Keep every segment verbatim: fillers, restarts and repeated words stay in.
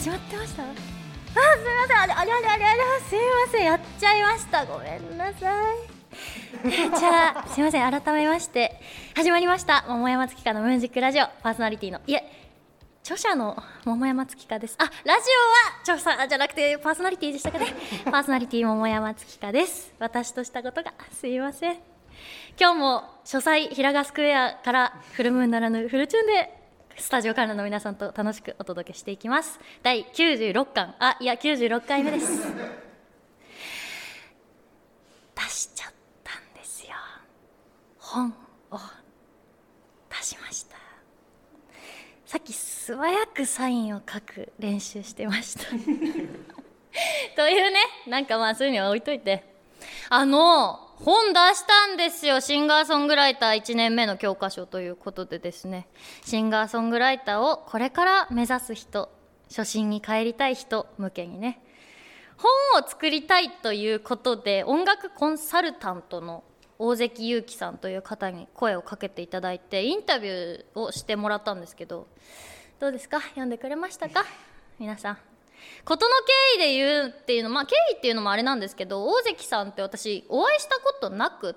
始まってました。あ、すみません、あれあれあれあれあれ、すみません、やっちゃいました。ごめんなさい。じゃあすみません、改めまして始まりました桃山月花のミュージックラジオ、パーソナリティのいえ著者の桃山月花です。あ、ラジオは著者じゃなくてパーソナリティでしたかね。パーソナリティ桃山月花です。私としたことがすいません。今日も書斎ひらがスクエアからフルムーンならぬフルチューンでスタジオからの皆さんと楽しくお届けしていきます。だいきゅうじゅうろっかん、あ、いやきゅうじゅうろっかいめです。出しちゃったんですよ。本を出しました。さっき素早くサインを書く練習してましたというね、なんかまあそういうのは置いといて、あの本出したんですよ。シンガーソングライターいちねんめの教科書ということでですね、シンガーソングライターをこれから目指す人、初心に帰りたい人向けにね、本を作りたいということで音楽コンサルタントの大関裕樹さんという方に声をかけていただいてインタビューをしてもらったんですけど、どうですか、読んでくれましたか皆さん。事の経緯で言うっていうの、まあ経緯っていうのもあれなんですけど、大関さんって私お会いしたことなくって、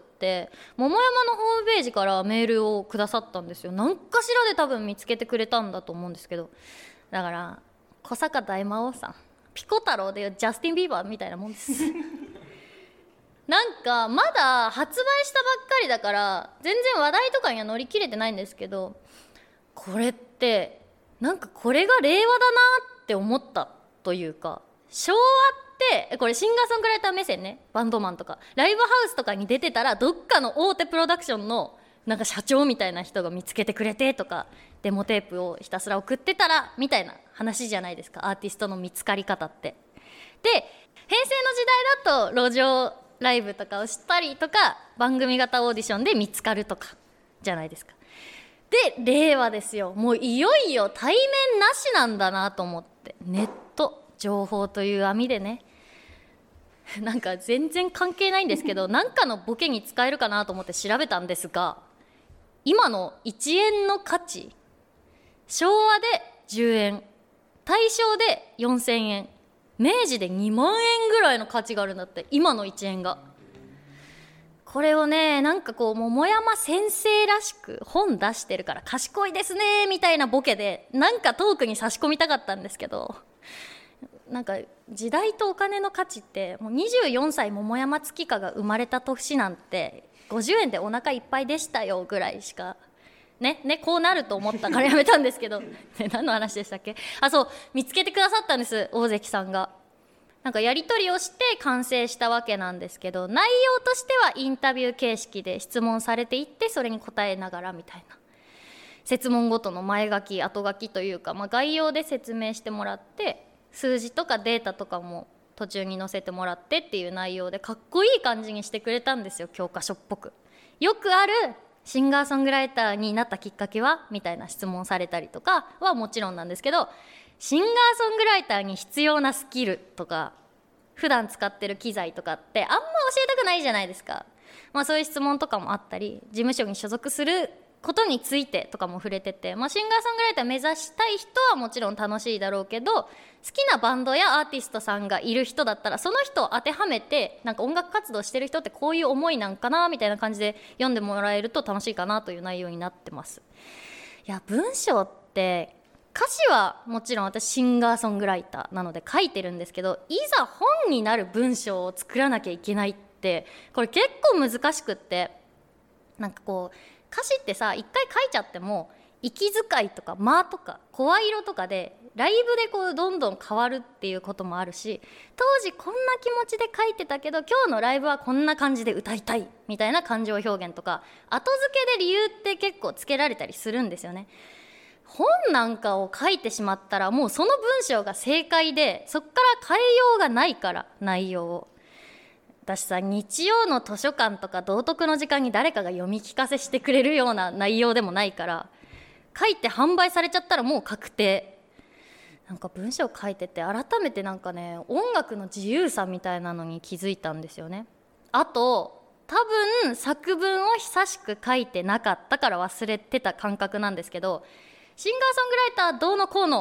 桃山のホームページからメールをくださったんですよ。何かしらで多分見つけてくれたんだと思うんですけど、だから小坂大魔王さん、ピコ太郎でいうジャスティン・ビーバーみたいなもんですなんかまだ発売したばっかりだから全然話題とかには乗り切れてないんですけど、これってなんかこれが令和だなって思ったというか、昭和ってこれシンガーソングライター目線ね、バンドマンとかライブハウスとかに出てたらどっかの大手プロダクションのなんか社長みたいな人が見つけてくれてとか、デモテープをひたすら送ってたらみたいな話じゃないですか、アーティストの見つかり方って。で、平成の時代だと路上ライブとかをしたりとか番組型オーディションで見つかるとかじゃないですか。で、令和ですよ。もういよいよ対面なしなんだなと思って、ネット情報という網でね、なんか全然関係ないんですけどなんかのボケに使えるかなと思って調べたんですが、今のいちえんの価値、昭和でじゅうえん、大正でよんせんえん、明治でにまんえんぐらいの価値があるんだって、今のいちえんが。これをね、なんかこう桃山先生らしく本出してるから賢いですねみたいなボケでなんかトークに差し込みたかったんですけど、なんか時代とお金の価値ってもうにじゅうよんさい桃山月花が生まれた年なんてごじゅうえんでお腹いっぱいでしたよぐらいしかね、ね、こうなると思ったからやめたんですけど、ね、何の話でしたっけ。あ、そう、見つけてくださったんです、大関さんが。なんかやり取りをして完成したわけなんですけど、内容としてはインタビュー形式で質問されていって、それに答えながらみたいな、設問ごとの前書き後書きというか、まあ、概要で説明してもらって、数字とかデータとかも途中に載せてもらってっていう内容でかっこいい感じにしてくれたんですよ、教科書っぽく。よくあるシンガーソングライターになったきっかけはみたいな質問されたりとかはもちろんなんですけど、シンガーソングライターに必要なスキルとか普段使ってる機材とかってあんま教えたくないじゃないですか。まあそういう質問とかもあったり、事務所に所属することについてとかも触れてて、まあ、シンガーソングライター目指したい人はもちろん楽しいだろうけど、好きなバンドやアーティストさんがいる人だったらその人を当てはめて、なんか音楽活動してる人ってこういう思いなんかなみたいな感じで読んでもらえると楽しいかなという内容になってます。いや、文章って歌詞はもちろん私シンガーソングライターなので書いてるんですけど、いざ本になる文章を作らなきゃいけないってこれ結構難しくって、なんかこう歌詞ってさ、一回書いちゃっても息遣いとか間とか声色とかでライブでこうどんどん変わるっていうこともあるし、当時こんな気持ちで書いてたけど今日のライブはこんな感じで歌いたいみたいな感情表現とか後付けで理由って結構つけられたりするんですよね。本なんかを書いてしまったらもうその文章が正解で、そっから変えようがないから、内容を。私さ、日曜の図書館とか道徳の時間に誰かが読み聞かせしてくれるような内容でもないから、書いて販売されちゃったらもう確定。なんか文章書いてて改めてなんかね、音楽の自由さみたいなのに気づいたんですよね。あと多分作文を久しく書いてなかったから忘れてた感覚なんですけど、シンガーソングライターどうのこうの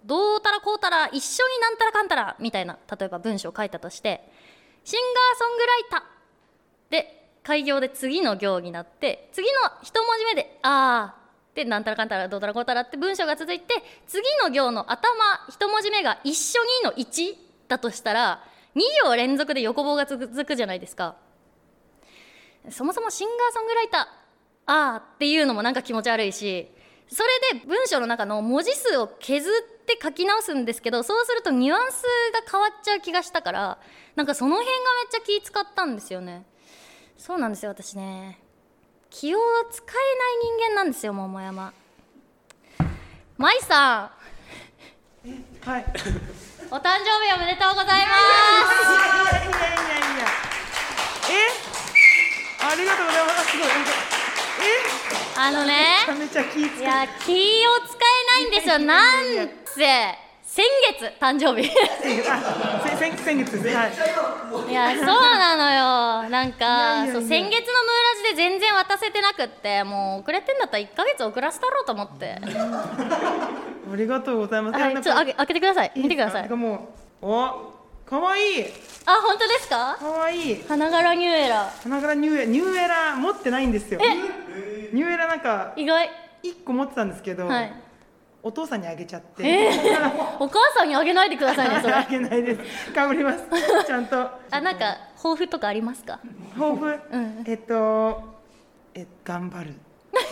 どうたらこうたら一緒になんたらかんたらみたいな例えば文章を書いたとして、シンガーソングライターで開業で次の行になって、次の一文字目であーでなんたらかんたらどうたらこうたらって文章が続いて、次の行の頭一文字目が一緒にのいちだとしたらに行連続で横棒が続くじゃないですか。そもそもシンガーソングライターあーっていうのもなんか気持ち悪いし、それで文章の中の文字数を削って書き直すんですけど、そうするとニュアンスが変わっちゃう気がしたから、なんかその辺がめっちゃ気使ったんですよね。そうなんですよ、私ね気を使えない人間なんですよ。桃山舞さんはい、 お誕生日おめでとうございます。いやいやいやいや、えありがとうございます。すごい、 えあのね、 めちゃめちゃ気使え、 いや気を使えないんですよ。なんせ先月誕生日あ先先月です、はい、 いやそうなのよ。なんかそう先月のムーラジで全然渡せてなくって、もう遅れてんだったらいっかげつ遅らせたろうと思ってありがとうございます。 はい、ちょっと開け開けてください。見てください。 もうおかわいい。 あ、本当ですか。 かわいい。 花柄ニューエラ花柄ニューエラニューエラ持ってないんですよ。えニューエラなんか意外いっこ持ってたんですけど、はい、お父さんにあげちゃって、 えー、お母さんにあげないでくださいね。それあげないです。頑張りますちゃんと。 あ、なんか抱負とかありますか。 抱負、うん、えっとえ頑張る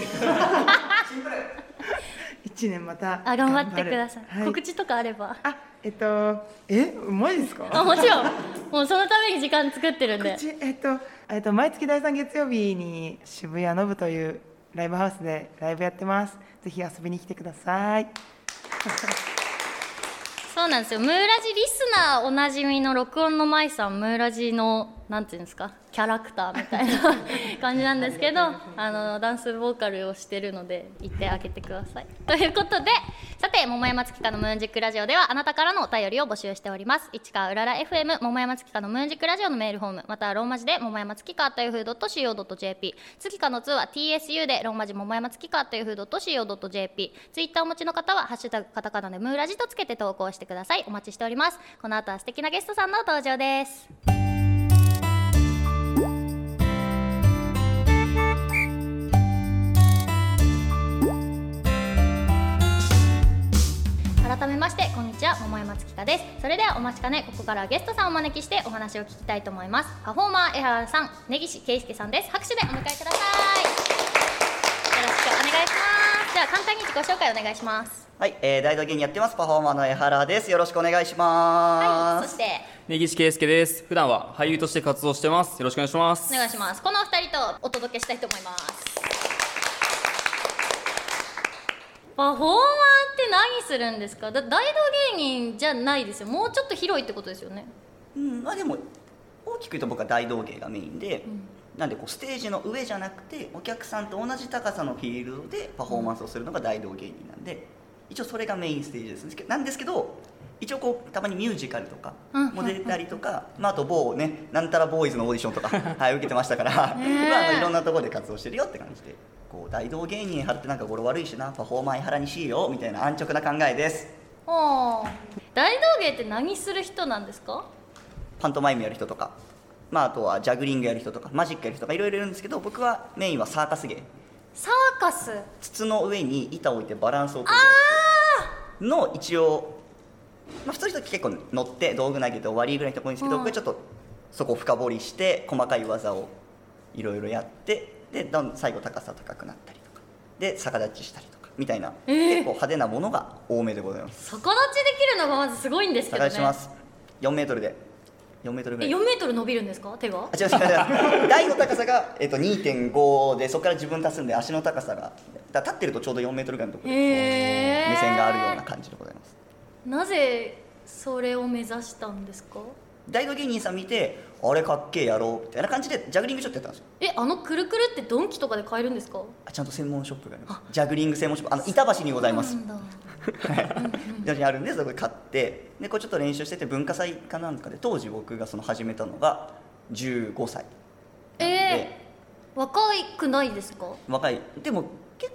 一年またあ頑張ってください、はい、告知とかあれば。 あえっとえマジですか。 あもちろんもうそのために時間作ってるんで。 えっとえっと毎月だいさん月曜日に渋谷ノブというライブハウスでライブやってます。ぜひ遊びに来てくださいそうなんですよ。ムーラジリスナーおなじみの録音の舞さん、ムーラジのなんていうんですか、キャラクターみたいな感じなんですけど、あのダンスボーカルをしてるので言ってあげてください。ということで、さて桃山月花のムーンジックラジオではあなたからのお便りを募集しております。市川うらら エフエム 桃山月花のムーンジックラジオのメールフォーム、またはローマ字で桃山月花というふう .co.jp、 月花のつは ティーエスユー でローマ字桃山月花というふう .co.jp、 ツイッターをお持ちの方はハッシュタグカタカナでムーラジとつけて投稿してください。お待ちしております。この後は素敵なゲストさんの登場です。改めましてこんにちは、桃山月花です。それではお待ちかね、ここからはゲストさんをお招きしてお話を聞きたいと思います。パフォーマー江原さん、根岸圭介さんです。拍手でお迎えください。よろしくお願いします。では簡単に自己紹介お願いします。 はい、えー、大道芸人やってますパフォーマーの江原です。よろしくお願いします。 はい、そして根岸圭介です。普段は俳優として活動してます。よろしくお願いします。 お願いします。このお二人とお届けしたいと思います。パフォーマーって何するんですか。だ大道芸人じゃないですよ。もうちょっと広いってことですよね。 うん、まあでも大きく言うと僕は大道芸がメインで、うん、なんでこうステージの上じゃなくてお客さんと同じ高さのフィールドでパフォーマンスをするのが大道芸人なんで、一応それがメインステージですなんですけど、一応こうたまにミュージカルとかも出たりとか、まあ、あと某ねなんたらボーイズのオーディションとか、はい、受けてましたから、えー、まあ、いろんなところで活動してるよって感じで、こう大道芸人張ってなんか語呂悪いしな、パフォーマー原にしようみたいな安直な考えです。 はあ、大道芸って何する人なんですか。 パントマイムやる人とか、まあ、あとはジャグリングやる人とかマジックやる人とかいろいろいるんですけど、僕はメインはサーカス芸。 サーカス、 筒の上に板を置いてバランスを取るの一応、まあ、普通の人結構乗って道具投げて終わりぐらいのところですけど、僕はちょっとそこを深掘りして細かい技をいろいろやって、でどん最後高さ高くなったりとかで逆立ちしたりとかみたいな、えー、結構派手なものが多めでございます。 逆立ちできるのがまずすごいんですけどね。 逆立ちます。よんメートルでよんメートルぐらい。 えよんメートル伸びるんですか、手が。 あ違う違う違う台の高さが、えっと、にてんご でそこから自分足すんで足の高さがだ立ってるとちょうどよんメートルぐらいのところで目線があるような感じでございます。 なぜそれを目指したんですか。 大道芸人さん見てあれかっけえやろうみたいな感じでジャグリングちょっとやったんですよ。 えあのくるくるってドンキとかで買えるんですか。 あちゃんと専門ショップがあります。ジャグリング専門ショップ、あの板橋にございます。そうなんだにあるんでそこで買って、でこれちょっと練習してて文化祭かなんかで当時僕がその始めたのがじゅうごさい。 えー、若くないですか。 若い。でも結構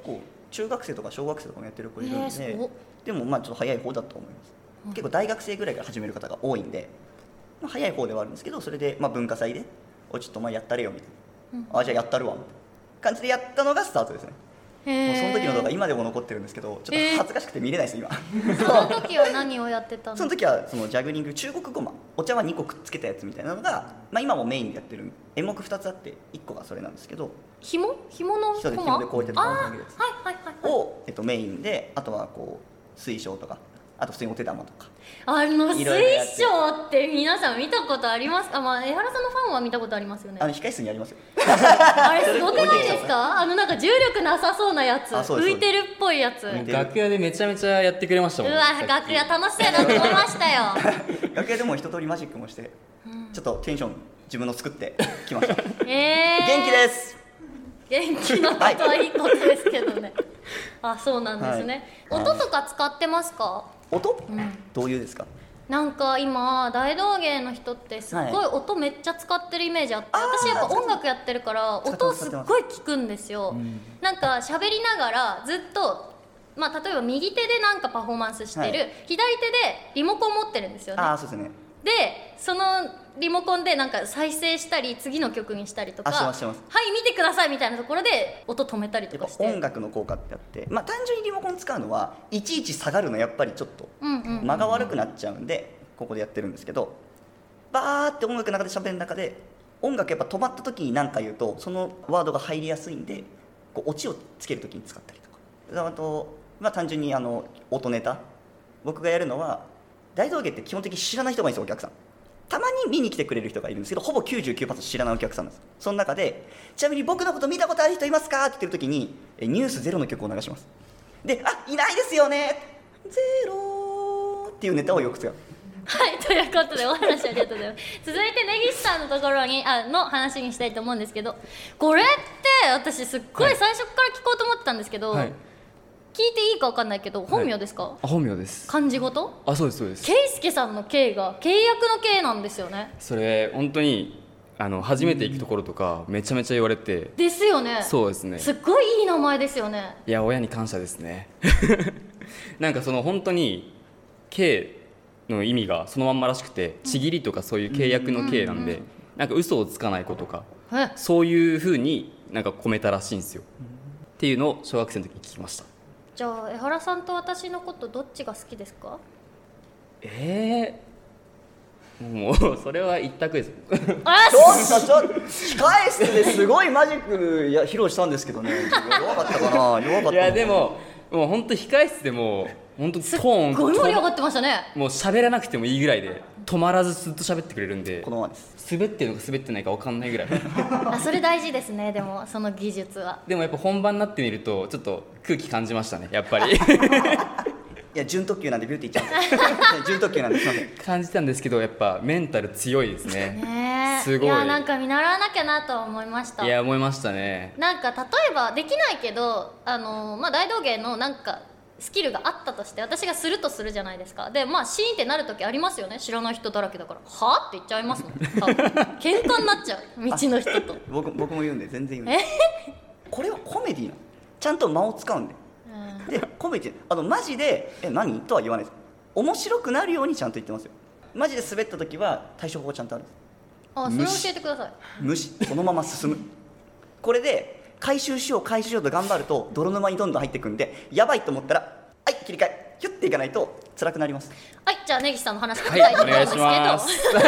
中学生とか小学生とかもやってる子いるんで、 えーすごっでもまあちょっと早い方だと思います、うん、結構大学生ぐらいから始める方が多いんで、まあ、早い方ではあるんですけど、それでまあ文化祭でおちょっとまあやったれよみたいな、うん、あじゃあやったるわみたいな感じでやったのがスタートですね。もうその時の動画今でも残ってるんですけど、ちょっと恥ずかしくて見れないです今。 その時は何をやってたの？ その時はそのジャグリング中国ごま、お茶碗にこくっつけたやつみたいなのが、まあ、今もメインでやってる演目ふたつあっていっこがそれなんですけど、 紐紐のそうです、紐でこうやってあポンと投げるやつーはいはいはいはいを、えっと、メインで、あとはこう水晶とか、あと普通にお手玉とか。 あの水いろいろやって晶って皆さん見たことありますか？まあ江原さんのファンは見たことありますよね。 あの控室にありますよ。 あれすごくないですか？あのなんか重力なさそうなやつ、 あそうです浮いてるっぽいやつ。うもう楽屋でめちゃめちゃやってくれましたもん。 わ楽屋楽しそうやなと思いましたよ。 楽屋でも一通りマジックもして、ちょっとテンション自分の作ってきました。 えー、 元気です。 元気なことはいいことですけどね。あ、そうなんですね。 はい音とか使ってますか？ 音、 んどういうですか？ なんか今大道芸の人ってすっごい音めっちゃ使ってるイメージあって、 あー私やっぱ音楽やってるから使って音ますすっごい聞くんですよ。なんか喋りながらずっと、まあ、例えば右手でなんかパフォーマンスしてる、 はい左手でリモコン持ってるんですよね。 ああそうですね。 でそのリモコンでなんか再生したり次の曲にしたりとか、 あしてますしてますはい見てくださいみたいなところで音止めたりとやっぱかして音楽の効果ってあって、まあ、単純にリモコン使うのはいちいち下がるのやっぱりちょっとうんうんうん間が悪くなっちゃうんで、ここでやってるんですけど、バーって音楽の中で喋る中で音楽やっぱ止まった時に何か言うとそのワードが入りやすいんで、こうオチをつける時に使ったりとか、あと、まあ、単純にあの音ネタ、僕がやるのは大道芸って基本的に知らない人がいいんですよ。お客さんたまに見に来てくれる人がいるんですけど、ほぼ きゅうじゅうきゅうパーセント 知らないお客さんなんです。その中でちなみに僕のこと見たことある人いますかって言ってる時にえニュースゼロの曲を流します。で、あ、いないですよねゼロっていうネタをよく使う。 はいということでお話ありがとうございます。続いて根岸さんのところにあの話にしたいと思うんですけど、これって私すっごい最初から聞こうと思ってたんですけど、 はい、 聞いていいか分かんないけど本名ですか？ あ、本名です。 漢字ごと？ あ、そうですそうです。 圭介さんの圭が契約の圭なんですよね。 それ本当にあの初めて行くところとかめちゃめちゃ言われて。 ですよね。 そうですね。 すっごいいい名前ですよね。 いや親に感謝ですね。なんかその本当に圭の意味がそのまんまらしくて、ちぎりとかそういう契約の契なんで、なんか嘘をつかない子とかえそういう風になんか込めたらしいんですよ。っていうのを小学生の時に聞きました。 じゃあ江原さんと私のことどっちが好きですか？ えー、もうそれは一択です。 あちょっとちょっと控え室ですごいマジックや披露したんですけどね、弱かったかな、弱かったのかな。 いやでももう本当控え室でも本当トーンすっごい盛り上がってましたね。 もう喋らなくてもいいぐらいで止まらずずっと喋ってくれるんで、 このままです。 滑ってるのか滑ってないか分かんないぐらい。 あそれ大事ですね。でもその技術はでもやっぱ本番になってみるとちょっと空気感じましたねやっぱり。 いや準特急なんでビューティーいっちゃうんです準特急なんですいません。 感じたんですけどやっぱメンタル強いですね。 ねえすごい。 いやなんか見習わなきゃなとは思いました。 いや思いましたね。 なんか例えばできないけどあの、まあ、大道芸のなんかスキルがあったとして私がするとするじゃないですか。でまあシーンってなる時ありますよね。知らない人だらけだからはって言っちゃいますもん。多分喧嘩になっちゃう道の人と。 僕僕も言うんで全然言うんでこれはコメディーなの、ちゃんと間を使うんで、 うんでコメディあのマジでえ何とは言わないです。面白くなるようにちゃんと言ってますよ。マジで滑った時は対処法ちゃんとあるんです。 あそれ教えてください。 無視、そのまま進む。これで回収しよう回収しようと頑張ると泥沼にどんどん入っていくんで、やばいと思ったらはい切り替えヒュッていかないと辛くなります。 はいじゃあ根岸さんの話聞きはいたいと思うんですけど、 お願いします。 普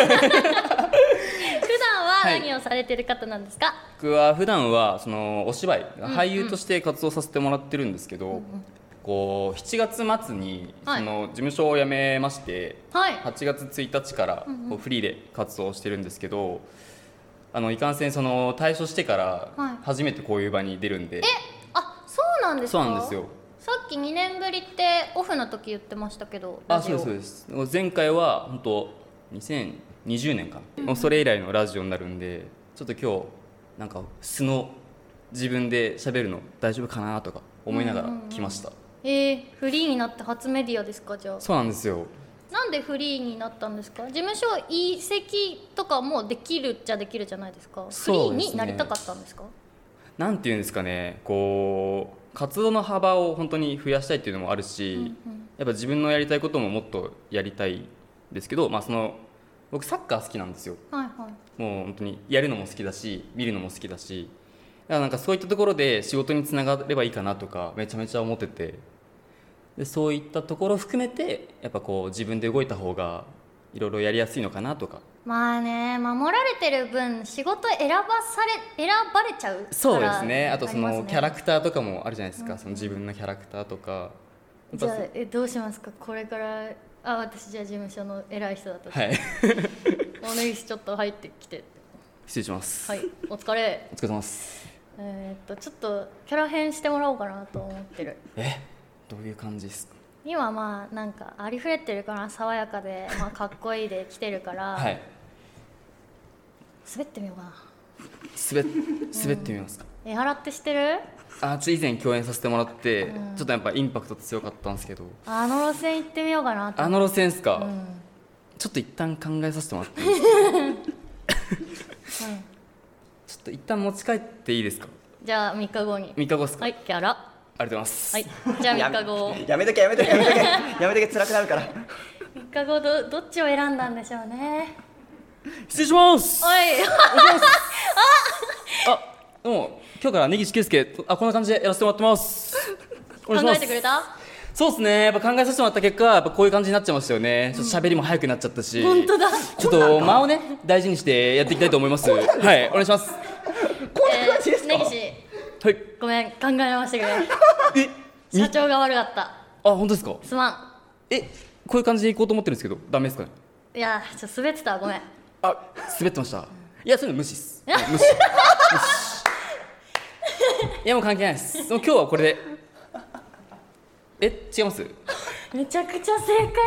段は何をされてる方なんですか？ 僕は普段はそのお芝居、俳優として活動させてもらってるんですけど、こうしちがつ末にはいその事務所を辞めまして、 はいはちがつついたちからこうフリーで活動してるんですけど、あのいかんせんその退所してからはい初めてこういう場に出るんで、 あそうなんですか？ そうなんですよ。 さっきにねんぶりってオフの時言ってましたけどラあジオそうですそうです。前回は本当にせんにじゅうねんかな、もうそれ以来のラジオになるんで、ちょっと今日なんか素の自分で喋るの大丈夫かなとか思いながら来ました。 えー、フリーになって初メディアですか？じゃあそうなんですよ。 なんでフリーになったんですか？事務所移籍とかもできるっちゃできるじゃないですか。フリーそうですねになりたかったんですか？ なんていうんですかね、こう活動の幅を本当に増やしたいっていうのもあるし、うんうん、やっぱ自分のやりたいことももっとやりたいですけど、まあ、その僕サッカー好きなんですよ、はいはい、もう本当にやるのも好きだし見るのも好きだし、だからなんかそういったところで仕事につながればいいかなとかめちゃめちゃ思ってて、でそういったところを含めてやっぱこう自分で動いた方がいろいろやりやすいのかなとか。 まあね、守られてる分仕事選ばされ選ばれちゃうから。 そうですね。あとそのキャラクターとかもあるじゃないですか、うん、その自分のキャラクターとか。 じゃあえどうしますかこれから。あ、私じゃあ事務所の偉い人だと、 はい、 お願いしちょっと入ってきて。 失礼します。 はい、お疲れ。 お疲れ様です。 えー、っとちょっとキャラ変してもらおうかなと思ってる。 え、どういう感じですか？ 今まあなんかありふれってるから爽やかで、まあ、かっこいいで来てるから、はい、滑ってみようかな。 滑, 滑ってみますか？ 江原って知ってる？ あ、以前共演させてもらって、うん、ちょっとやっぱインパクト強かったんですけど、 あの路線行ってみようかなと。 あの路線ですか、うん、ちょっと一旦考えさせてもらっていいですか？うん、ちょっと一旦持ち帰っていいですか？ じゃあみっかごに。 みっかごですか？ はい、キャラ。 ありがとうございます。 はい、じゃあみっかご。 やめとけやめとけやめとけやめとけ辛くなるから。 みっかご ど, どっちを選んだんでしょうね。 失礼します。 おい。 あ、あ、どうも今日から根岸圭介、あ、こんな感じでやらせてもらってます。 お願いします。考えてくれた？ そうですね。やっぱ考えさせてもらった結果、やっぱこういう感じになっちゃいましたよね。ちょっと喋りも早くなっちゃったし。 本当だ。 ちょっと間をね大事にしてやっていきたいと思います。はい、お願いします。こんな感じですか？ 根岸。 はい。 ごめん、考え直してくれ。え、社長が悪かった。あ、 本当ですか？ すまん。 え、こういう感じでいこうと思ってるんですけど、ダメですかね？ いや、ちょっと滑ってた、ごめん。 あ、滑ってました。いや、そういうの無視っす。無視。無視。いや、もう関係ないです。もう今日はこれで。え、違います？ めちゃくちゃ正解だった。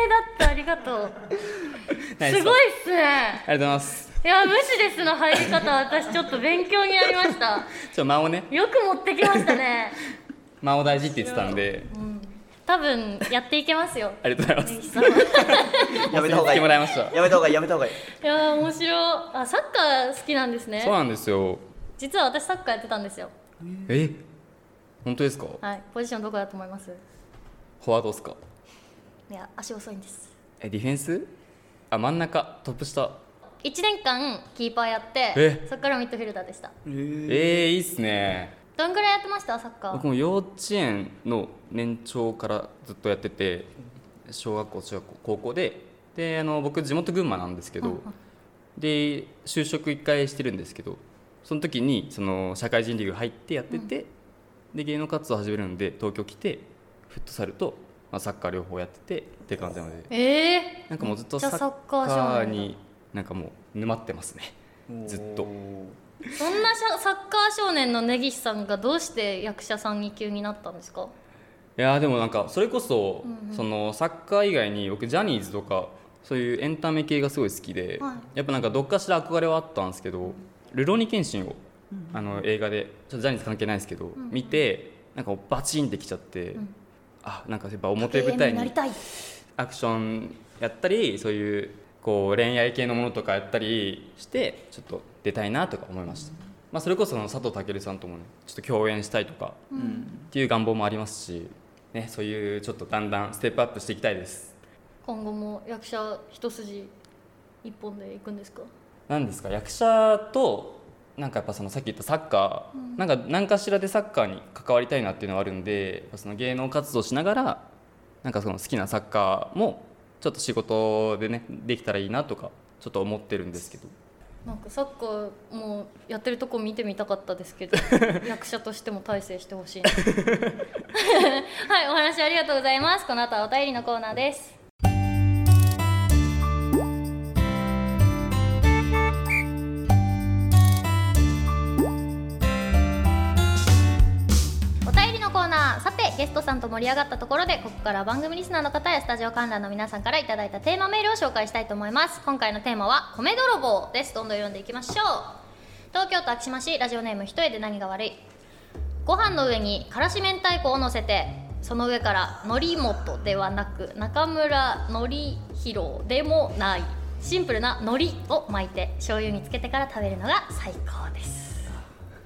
ありがとう。すごいっすね。 ありがとうございます。 いや、無視ですの入り方、私ちょっと勉強になりました。 ちょ、間をね。 よく持ってきましたね。 間を大事って言ってたんで。 うん、多分やっていけますよ。 ありがとうございます。 やめた方がいい。 もらいました。 やめた方がいい。やめた方がいい。 いや、面白い。あ、サッカー好きなんですね。 そうなんですよ。 実は私サッカーやってたんですよ。 え、本当ですか？ はい。ポジションどこだと思います？ フォワードですか？ いや、足遅いんです。 え、ディフェンス？あ、真ん中、トップ下。 いちねんかんキーパーやってそっからミッドフィルダーでした。 えー、いいっすね。 どんぐらいやってましたサッカー？ 僕も幼稚園の年長からずっとやってて、小学校中学校高校でであの僕地元群馬なんですけど、うんうん、で就職いっかいしてるんですけど、その時にその社会人リーグ入ってやってて、うん、で芸能活動始めるので東京来てフットサルと、まあ、サッカー両方やっててって感じなので、 えー、 なんかもうずっとサッカーになんかもう沼ってますね、ずっと。 そんなサッカー少年の根岸さんがどうして役者さんに急になったんですか？ いやでもなんかそれこそ、うんうん、そのサッカー以外に僕ジャニーズとかそういうエンタメ系がすごい好きで、はい、やっぱなんかどっかしら憧れはあったんですけど、ルローニケンシンを、うん、あの映画でちょっとジャニーズ関係ないですけど、うん、見てなんかバチンってきちゃって、うん、あ、なんかやっぱ表舞台にアクションやったりそういうこう恋愛系のものとかやったりしてちょっと出たいなとか思いました、うん、まあ、それこそ佐藤健さんともねちょっと共演したいとかっていう願望もありますし、ね、そういうちょっとだんだんステップアップしていきたいです。 今後も役者一筋一本でいくんですか？ なんですか、役者となんかやっぱそのさっき言ったサッカー、うん、なんか何かしらでサッカーに関わりたいなっていうのはあるんで、その芸能活動しながらなんかその好きなサッカーもちょっと仕事でねできたらいいなとかちょっと思ってるんですけど、 なんかサッカーもやってるとこ見てみたかったですけど役者としても大成してほしいはい、お話ありがとうございます。この後はお便りのコーナーです。さてゲストさんと盛り上がったところでここから番組リスナーの方やスタジオ観覧の皆さんからいただいたテーマメールを紹介したいと思います。今回のテーマは米泥棒です。どんどん読んでいきましょう。東京都昭島市ラジオネーム一重で何が悪い。ご飯の上にからし明太子を乗せてその上から則本ではなく中村則弘でもないシンプルな海苔を巻いて醤油につけてから食べるのが最高です。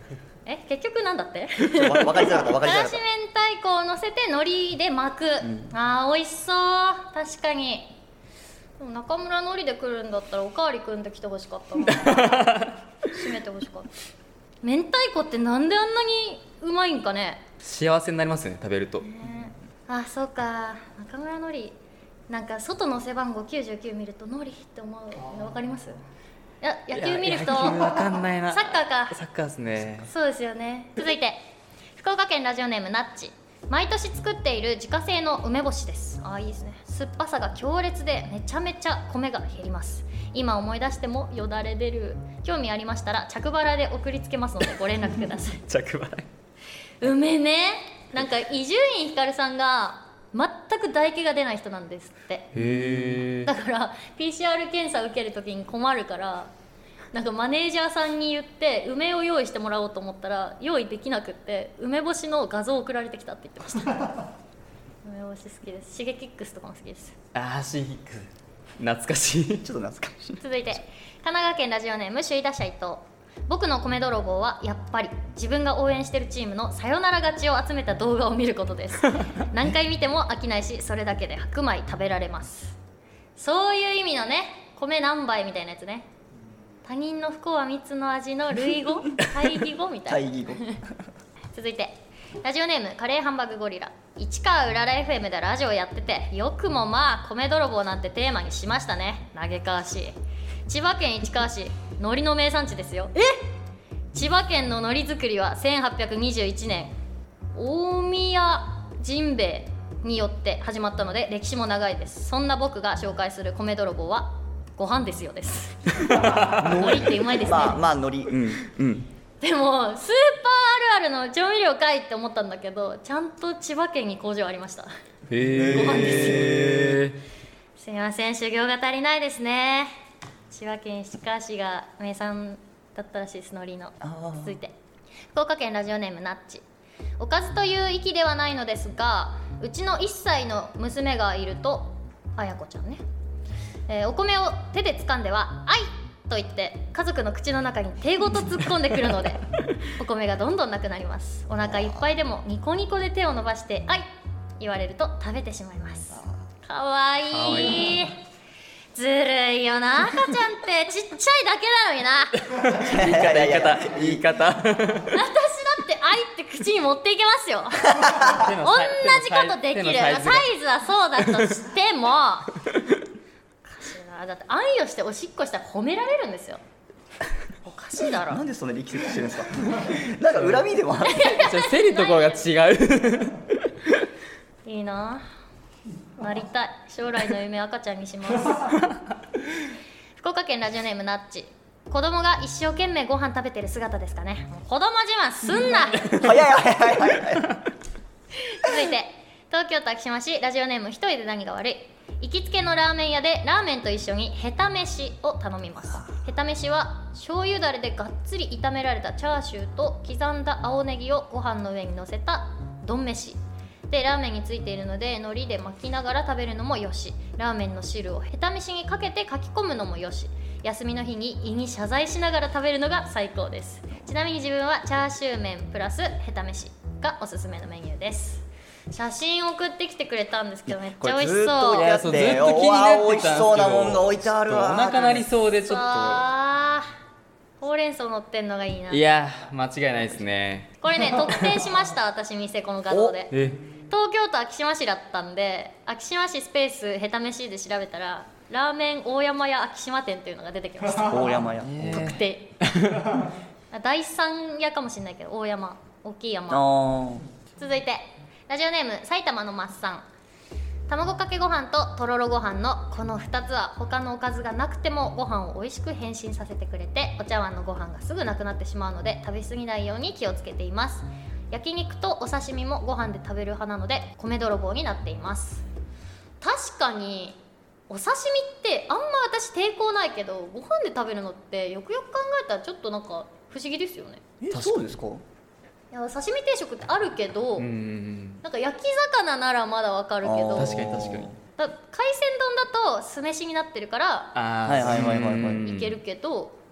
え結局なんだってちょっとわ分かりづらかった分かりづらかっからし明太子を乗せて海苔で巻く、 んあー美味しそう確かに。でも中村海苔で来るんだったらおかわりくんで来てほしかったな締めてほしかった。明太子ってなんであんなにうまいんかね。 幸せになりますよね食べると。 ねあそうか中村海苔なんか外の背番号きゅうじゅうきゅう見ると海苔って思うの分かります？いや野球見るといや野球わかんないな。 サッカーかサッカーですね。 そうですよね。続いて福岡県ラジオネームナッチ。毎年作っている自家製の梅干しです。あーいいですね。酸っぱさが強烈でめちゃめちゃ米が減ります。今思い出してもよだれ出る。興味ありましたら着払いで送りつけますのでご連絡ください着払い。 梅ね、なんか伊集院光さんが全く唾液が出ない人なんですって。 へえ。 だから ピーシーアール 検査受けるときに困るからなんかマネージャーさんに言って梅を用意してもらおうと思ったら用意できなくって梅干しの画像送られてきたって言ってました梅干し好きです。シゲキックスとかも好きです。 あーシーク懐かしい。 た。ちょっと懐かしい。 続いて神奈川県ラジオネーム首位打者伊藤。僕の米泥棒はやっぱり自分が応援してるチームのサヨナラ勝ちを集めた動画を見ることです何回見ても飽きないしそれだけで白米食べられます。そういう意味のね米何杯みたいなやつね。他人の不幸は蜜の味の類語対義語みたいな対義語。 続いてラジオネームカレーハンバーグゴリラ。市川うらら エフエム でラジオやっててよくもまあ米泥棒なんてテーマにしましたね。嘆かわしい。千葉県市川市海苔の名産地ですよ。え千葉県の海苔作りはせんはっぴゃくにじゅういちねん大宮甚兵衛によって始まったので歴史も長いです。そんな僕が紹介する米泥棒はご飯ですよです海苔ってうまいですね。 まあまあ海苔うんうんでもスーパーあるあるの調味料かいって思ったんだけどちゃんと千葉県に工場ありました。 へご飯え。 すいません修行が足りないですね。千葉県市川市が名産だったらしいです海苔の。 あー続いて福岡県ラジオネームナッチ。おかずという域ではないのですがうちのいっさいの娘がいるとあやこちゃんね、えーお米を手で掴んではあいと言って家族の口の中に手ごと突っ込んでくるのでお米がどんどんなくなります。お腹いっぱいでもニコニコで手を伸ばしてあい言われると食べてしまいます。かわいい。 かわいいずるいよな赤ちゃんってちっちゃいだけなのにな言い方言い方言い方。 私だって愛って口に持っていけますよ同同じことできるサイズはそうだとしてもおかしいな。だって愛をしておしっこしたら褒められるんですよ。おかしいだろなんでそんな力説してるんですかなんか恨みでもあるじゃあ競るところが違う。 いいななりたい。将来の夢赤ちゃんにします福岡県ラジオネームナッチ。子供が一生懸命ご飯食べてる姿ですかね。もう子供自慢すんな早い早い早い早い続いて東京都昭島市ラジオネーム一人で何が悪い。行きつけのラーメン屋でラーメンと一緒にヘタ飯を頼みます。ヘタ飯は醤油だれでがっつり炒められたチャーシューと刻んだ青ネギをご飯の上に乗せた丼飯でラーメンについているので海苔で巻きながら食べるのもよし、ラーメンの汁をヘタ飯にかけてかき込むのもよし、休みの日に胃に謝罪しながら食べるのが最高です。ちなみに自分はチャーシュー麺プラスヘタ飯がおすすめのメニューです。写真送ってきてくれたんですけどめっちゃ美味しそう。 いやずっと気になってて、美味しそうなもんが置いてあるわ。 お腹鳴りそうでちょっと。 あーほうれん草乗ってんのがいいな。 いや間違いないですね。 これね特定しました私店この画像で。 え東京都昭島市だったんで昭島市スペースヘタ飯で調べたらラーメン大山屋昭島店っていうのが出てきました大山屋特定第三屋かもしれないけど大山大きい山。 あ続いてラジオネーム埼玉のマッサン。卵かけご飯ととろろご飯のこのふたつは他のおかずがなくてもご飯を美味しく変身させてくれてお茶碗のご飯がすぐなくなってしまうので食べ過ぎないように気をつけています。焼肉とお刺身もご飯で食べる派なので米泥棒になっています。確かにお刺身ってあんま私抵抗ないけどご飯で食べるのってよくよく考えたらちょっとなんか不思議ですよね。 えそうですか。 いや刺身定食ってあるけど、 うんうんなんか焼き魚ならまだわかるけどあー確かに確かに。 だ海鮮丼だと酢飯になってるからあーはいはいはいはいはいうんいけるけど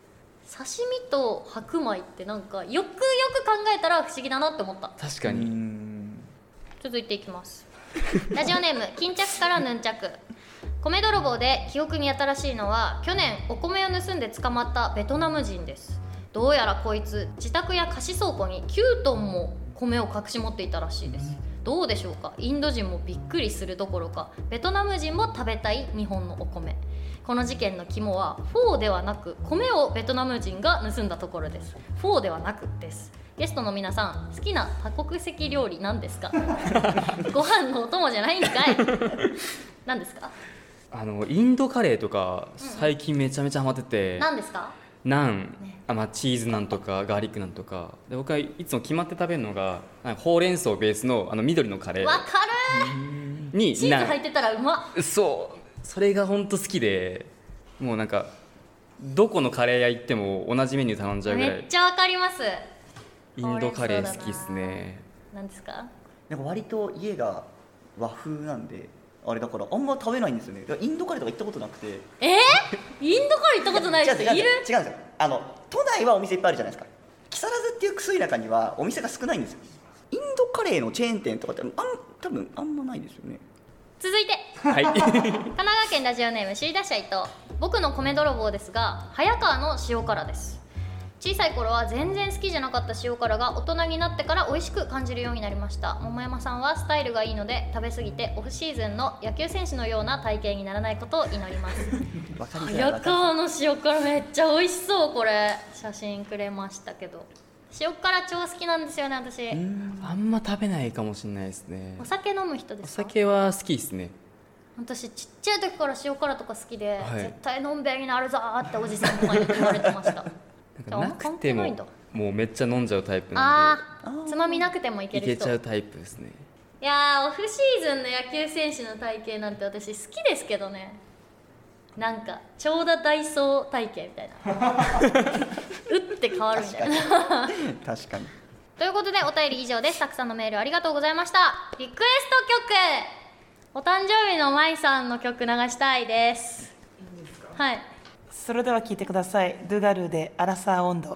刺身と白米ってなんかよくよく考えたら不思議だなって思った。 確かに。 続いていきますラジオネーム巾着からヌンチャク。米泥棒で記憶に新しいのは去年お米を盗んで捕まったベトナム人です。どうやらこいつ自宅や貸し倉庫にきゅうトンも米を隠し持っていたらしいです。どうでしょうか。インド人もびっくりするどころかベトナム人も食べたい日本のお米。この事件の肝はフォーではなく米をベトナム人が盗んだところです。フォーではなくです。ゲストの皆さん好きな多国籍料理何ですかご飯のお供じゃないんかい何ですか。 あのインドカレーとか最近めちゃめちゃハマってて、 何ですか。 ナン、あ、まあ、チーズナンとかガーリックナンとかで、僕はいつも決まって食べるのがなんかほうれん草ベースのあの緑のカレーわかるにチーズ入ってたらうまっ。 そうそれが本当好きで、もうなんかどこのカレー屋行っても同じメニュー頼んじゃうぐらい。 めっちゃわかります。 インドカレー好きっすね。 何ですか。 なんか割と家が和風なんであれだからあんま食べないんですよね。インドカレーとか行ったことなくて。 えー、インドカレー行ったことない人いる。 違う違う違うんですよ。あの都内はお店いっぱいあるじゃないですか。木更津っていう薬中にはお店が少ないんですよ。インドカレーのチェーン店とかってあん多分あんまないですよね。 続いてはい神奈川県ラジオネームシーダッシャ伊藤。僕の米泥棒ですが早川の塩辛です。小さい頃は全然好きじゃなかった塩辛が大人になってから美味しく感じるようになりました。桃山さんはスタイルがいいので食べ過ぎてオフシーズンの野球選手のような体型にならないことを祈ります早川の塩辛めっちゃ美味しそう。これ写真くれましたけど塩辛超好きなんですよね私。 あんま食べないかもしれないですね。 お酒飲む人ですか。 お酒は好きですね。 私ちっちゃい時から塩辛とか好きで、 はい、 絶対のんべえになるぞーっておじさんとかに言われてましたなんかなくてももうめっちゃ飲んじゃうタイプなんで。 ああつまみなくてもいける人いけちゃうタイプですね。 いやーオフシーズンの野球選手の体型なんて私好きですけどね。なんか長田ダイソー体型みたいな打って変わるみたいな確かにということでお便り以上です。たくさんのメールありがとうございました。リクエスト曲お誕生日のまいさんの曲流したいです。いいですか。はい。 それでは聴いてください。ドゥガルでアラサー温度。 はい、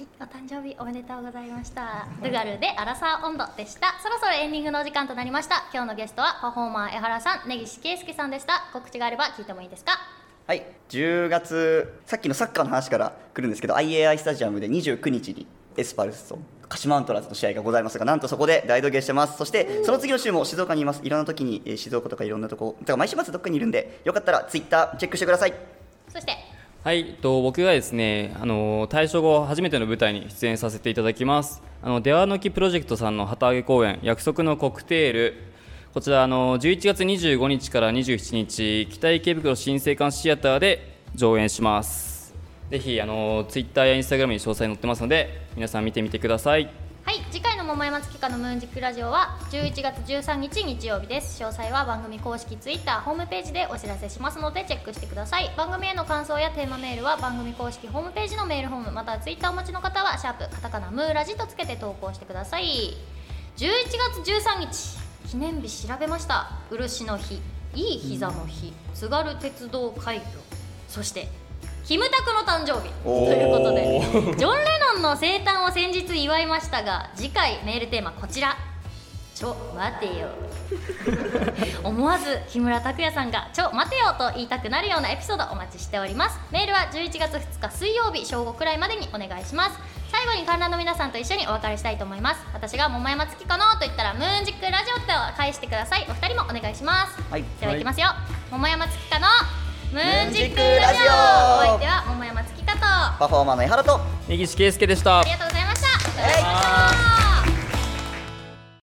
お誕生日おめでとうございました。ドゥガルでアラサー温度でした。そろそろエンディングのお時間となりました。今日のゲストはパフォーマー江原さん、根岸圭介さんでした。告知があれば聞いてもいいですか。 はい、じゅうがつさっきのサッカーの話から来るんですけど アイエーアイ スタジアムでにじゅうくにちにエスパルスと鹿島アントラーズの試合がございますが、なんとそこで大道芸してます。そしてその次の週も静岡にいます。いろんな時に、えー、静岡とかいろんなとこだから毎週末どっかにいるんで、よかったらツイッターチェックしてください。 そしてはい、と僕がですね、あの退所後初めての舞台に出演させていただきます。あの出羽の木プロジェクトさんの旗揚げ公演約束のコクテール、こちらあのじゅういちがつにじゅうごにちからにじゅうしちにち北池袋新生館シアターで上演します。ぜひあのツイッターやインスタグラムに詳細載ってますので皆さん見てみてください。 はい、次回の桃山月花のムーンジックラジオはじゅういちがつじゅうさんにち日曜日です。詳細は番組公式ツイッターホームページでお知らせしますのでチェックしてください。番組への感想やテーマメールは番組公式ホームページのメールフォームまたはツイッターをお持ちの方はシャープカタカナムーラジとつけて投稿してください。じゅういちがつじゅうさんにち記念日調べました。漆の日、いい膝の日、津軽鉄道開業、そしてキムタクの誕生日ということでジョン・レノンの生誕を先日祝いましたが、次回メールテーマこちら。ちょ待てよ思わず木村拓哉さんがちょ待てよと言いたくなるようなエピソードお待ちしております。メールはじゅういちがつふつか水曜日正午くらいまでにお願いします。最後に観覧の皆さんと一緒にお別れしたいと思います。私が桃山月かのと言ったらムーンジックラジオと返してください。お二人もお願いします、 はい、 ではいきますよ、はい、桃山月かのムーンジックラジオ、お相手は桃山月かとパフォーマーの江原と根岸圭介でした。 ありがとうございました。